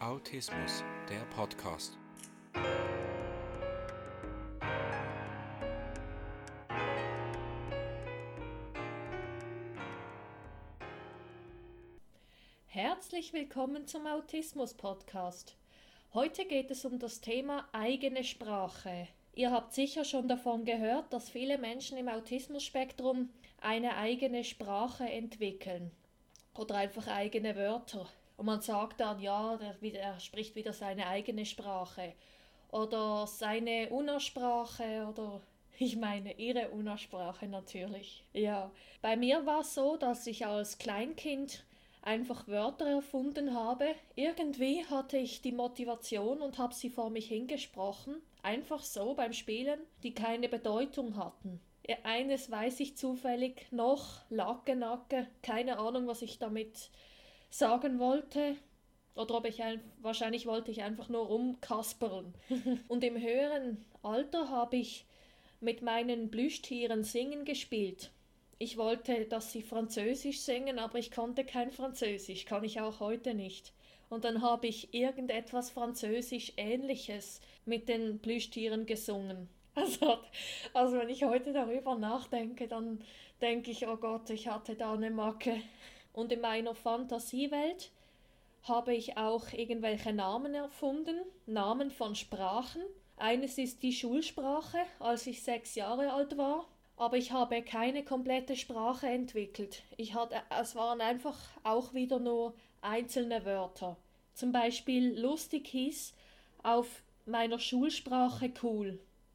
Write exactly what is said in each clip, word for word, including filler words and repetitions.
Autismus, der Podcast. Herzlich willkommen zum Autismus-Podcast. Heute geht es um das Thema eigene Sprache. Ihr habt sicher schon davon gehört, dass viele Menschen im Autismus-Spektrum eine eigene Sprache entwickeln oder einfach eigene Wörter. Und man sagt dann, ja, der, er spricht wieder seine eigene Sprache oder seine Unna-Sprache oder ich meine ihre Unna-Sprache natürlich. Ja, bei mir war es so, dass ich als Kleinkind einfach Wörter erfunden habe. Irgendwie hatte ich die Motivation und habe sie vor mich hingesprochen, einfach so beim Spielen, die keine Bedeutung hatten. Eines weiß ich zufällig noch, Lacke, Nacke, keine Ahnung, was ich damit sagen wollte. Oder ob ich ein, wahrscheinlich wollte ich einfach nur rumkaspern. Und im höheren Alter habe ich mit meinen Plüschtieren singen gespielt. Ich wollte, dass sie Französisch singen, aber ich konnte kein Französisch, kann ich auch heute nicht. Und dann habe ich irgendetwas Französisch-Ähnliches mit den Plüschtieren gesungen. Also, also wenn ich heute darüber nachdenke, dann denke ich, oh Gott, ich hatte da eine Macke. Und in meiner Fantasiewelt habe ich auch irgendwelche Namen erfunden, Namen von Sprachen. Eines ist die Schulsprache, als ich sechs Jahre alt war. Aber ich habe keine komplette Sprache entwickelt. Ich hatte, es waren einfach auch wieder nur einzelne Wörter. Zum Beispiel lustig hieß auf meiner Schulsprache cool.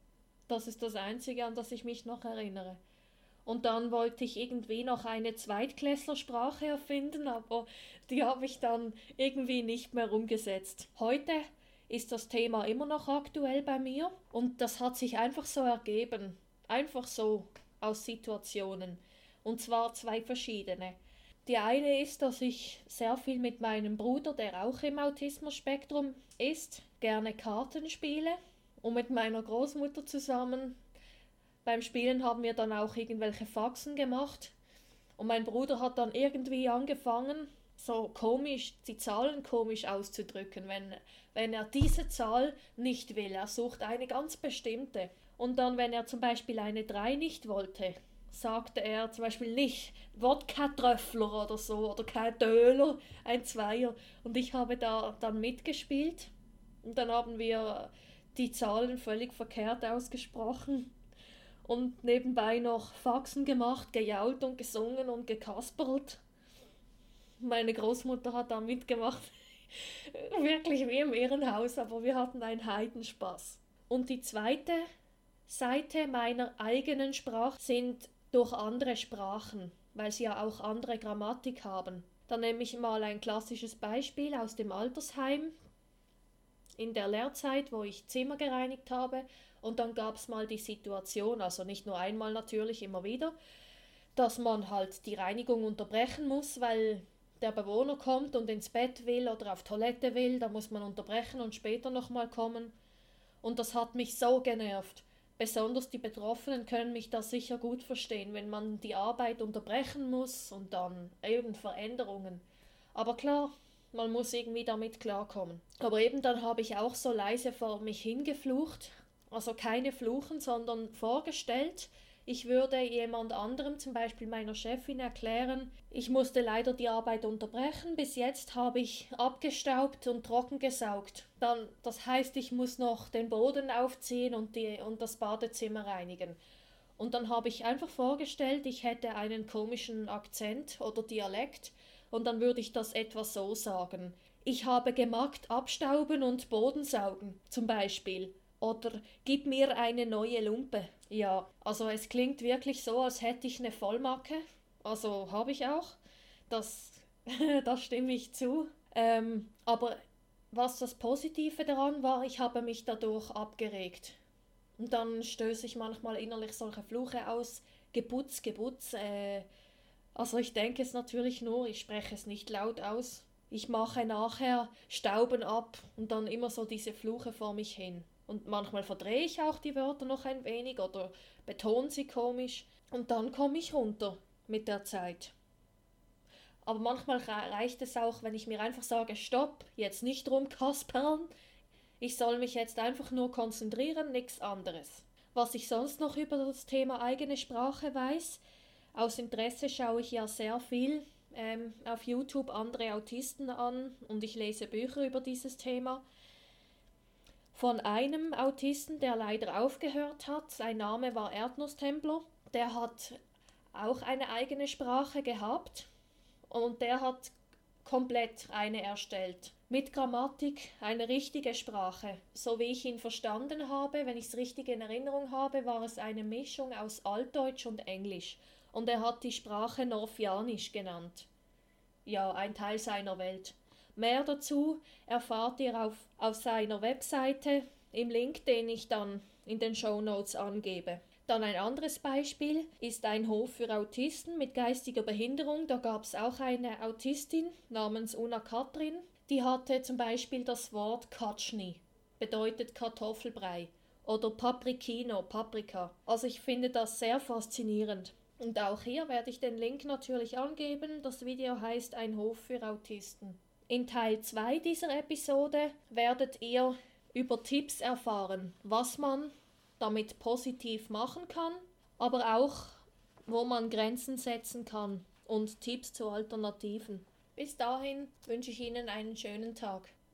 Das ist das Einzige, an das ich mich noch erinnere. Und dann wollte ich irgendwie noch eine Zweitklässlersprache erfinden, aber die habe ich dann irgendwie nicht mehr umgesetzt. Heute ist das Thema immer noch aktuell bei mir und das hat sich einfach so ergeben. Einfach so, aus Situationen. Und zwar zwei verschiedene. Die eine ist, dass ich sehr viel mit meinem Bruder, der auch im Autismus-Spektrum ist, gerne Karten spiele. Und mit meiner Großmutter zusammen. Beim Spielen haben wir dann auch irgendwelche Faxen gemacht. Und mein Bruder hat dann irgendwie angefangen, so komisch, die Zahlen komisch auszudrücken, wenn, wenn er diese Zahl nicht will. Er sucht eine ganz bestimmte. Und dann, wenn er zum Beispiel eine drei nicht wollte, sagte er zum Beispiel nicht Wodka-Tröffler oder so oder kein Döler, ein Zweier. Und ich habe da dann mitgespielt und dann haben wir die Zahlen völlig verkehrt ausgesprochen und nebenbei noch Faxen gemacht, gejault und gesungen und gekaspert. Meine Großmutter hat da mitgemacht, wirklich wie im Irrenhaus, aber wir hatten einen Heidenspaß. Und die zweite Seite meiner eigenen Sprache sind durch andere Sprachen, weil sie ja auch andere Grammatik haben. Dann nehme ich mal ein klassisches Beispiel aus dem Altersheim in der Lehrzeit, wo ich Zimmer gereinigt habe. Und dann gab es mal die Situation, also nicht nur einmal natürlich, immer wieder, dass man halt die Reinigung unterbrechen muss, weil der Bewohner kommt und ins Bett will oder auf Toilette will. Da muss man unterbrechen und später nochmal kommen. Und das hat mich so genervt. Besonders die Betroffenen können mich da sicher gut verstehen, wenn man die Arbeit unterbrechen muss und dann eben Veränderungen. Aber klar, man muss irgendwie damit klarkommen. Aber eben dann habe ich auch so leise vor mich hingeflucht, also keine Fluchen, sondern vorgestellt, ich würde jemand anderem, zum Beispiel meiner Chefin, erklären, ich musste leider die Arbeit unterbrechen, bis jetzt habe ich abgestaubt und trocken gesaugt. Dann, das heißt, ich muss noch den Boden aufziehen und, die, und das Badezimmer reinigen. Und dann habe ich einfach vorgestellt, ich hätte einen komischen Akzent oder Dialekt und dann würde ich das etwa so sagen. Ich habe gemacht abstauben und Boden saugen, zum Beispiel. Oder gib mir eine neue Lumpe. Ja, also es klingt wirklich so, als hätte ich eine Vollmacke. Also habe ich auch. Das, da stimme ich zu. Ähm, aber was das Positive daran war, ich habe mich dadurch abgeregt. Und dann stöße ich manchmal innerlich solche Fluche aus. Gebutz, Gebutz. Äh, also ich denke es natürlich nur, ich spreche es nicht laut aus. Ich mache nachher Stauben ab und dann immer so diese Fluche vor mich hin. Und manchmal verdrehe ich auch die Wörter noch ein wenig oder betone sie komisch. Und dann komme ich runter mit der Zeit. Aber manchmal reicht es auch, wenn ich mir einfach sage, stopp, jetzt nicht rumkaspern, ich soll mich jetzt einfach nur konzentrieren, nichts anderes. Was ich sonst noch über das Thema eigene Sprache weiß, aus Interesse schaue ich ja sehr viel ähm, auf YouTube andere Autisten an und ich lese Bücher über dieses Thema. Von einem Autisten, der leider aufgehört hat, sein Name war Erdnusstempler, der hat auch eine eigene Sprache gehabt und der hat komplett eine erstellt. Mit Grammatik, eine richtige Sprache. So wie ich ihn verstanden habe, wenn ich es richtig in Erinnerung habe, war es eine Mischung aus Altdeutsch und Englisch. Und er hat die Sprache Norfianisch genannt. Ja, ein Teil seiner Welt. Mehr dazu erfahrt ihr auf, auf seiner Webseite im Link, den ich dann in den Shownotes angebe. Dann ein anderes Beispiel ist ein Hof für Autisten mit geistiger Behinderung. Da gab es auch eine Autistin namens Una Katrin. Die hatte zum Beispiel das Wort Katschni, bedeutet Kartoffelbrei, oder Paprikino, Paprika. Also ich finde das sehr faszinierend. Und auch hier werde ich den Link natürlich angeben. Das Video heißt Ein Hof für Autisten. In Teil zwei dieser Episode werdet ihr über Tipps erfahren, was man damit positiv machen kann, aber auch, wo man Grenzen setzen kann und Tipps zu Alternativen. Bis dahin wünsche ich Ihnen einen schönen Tag.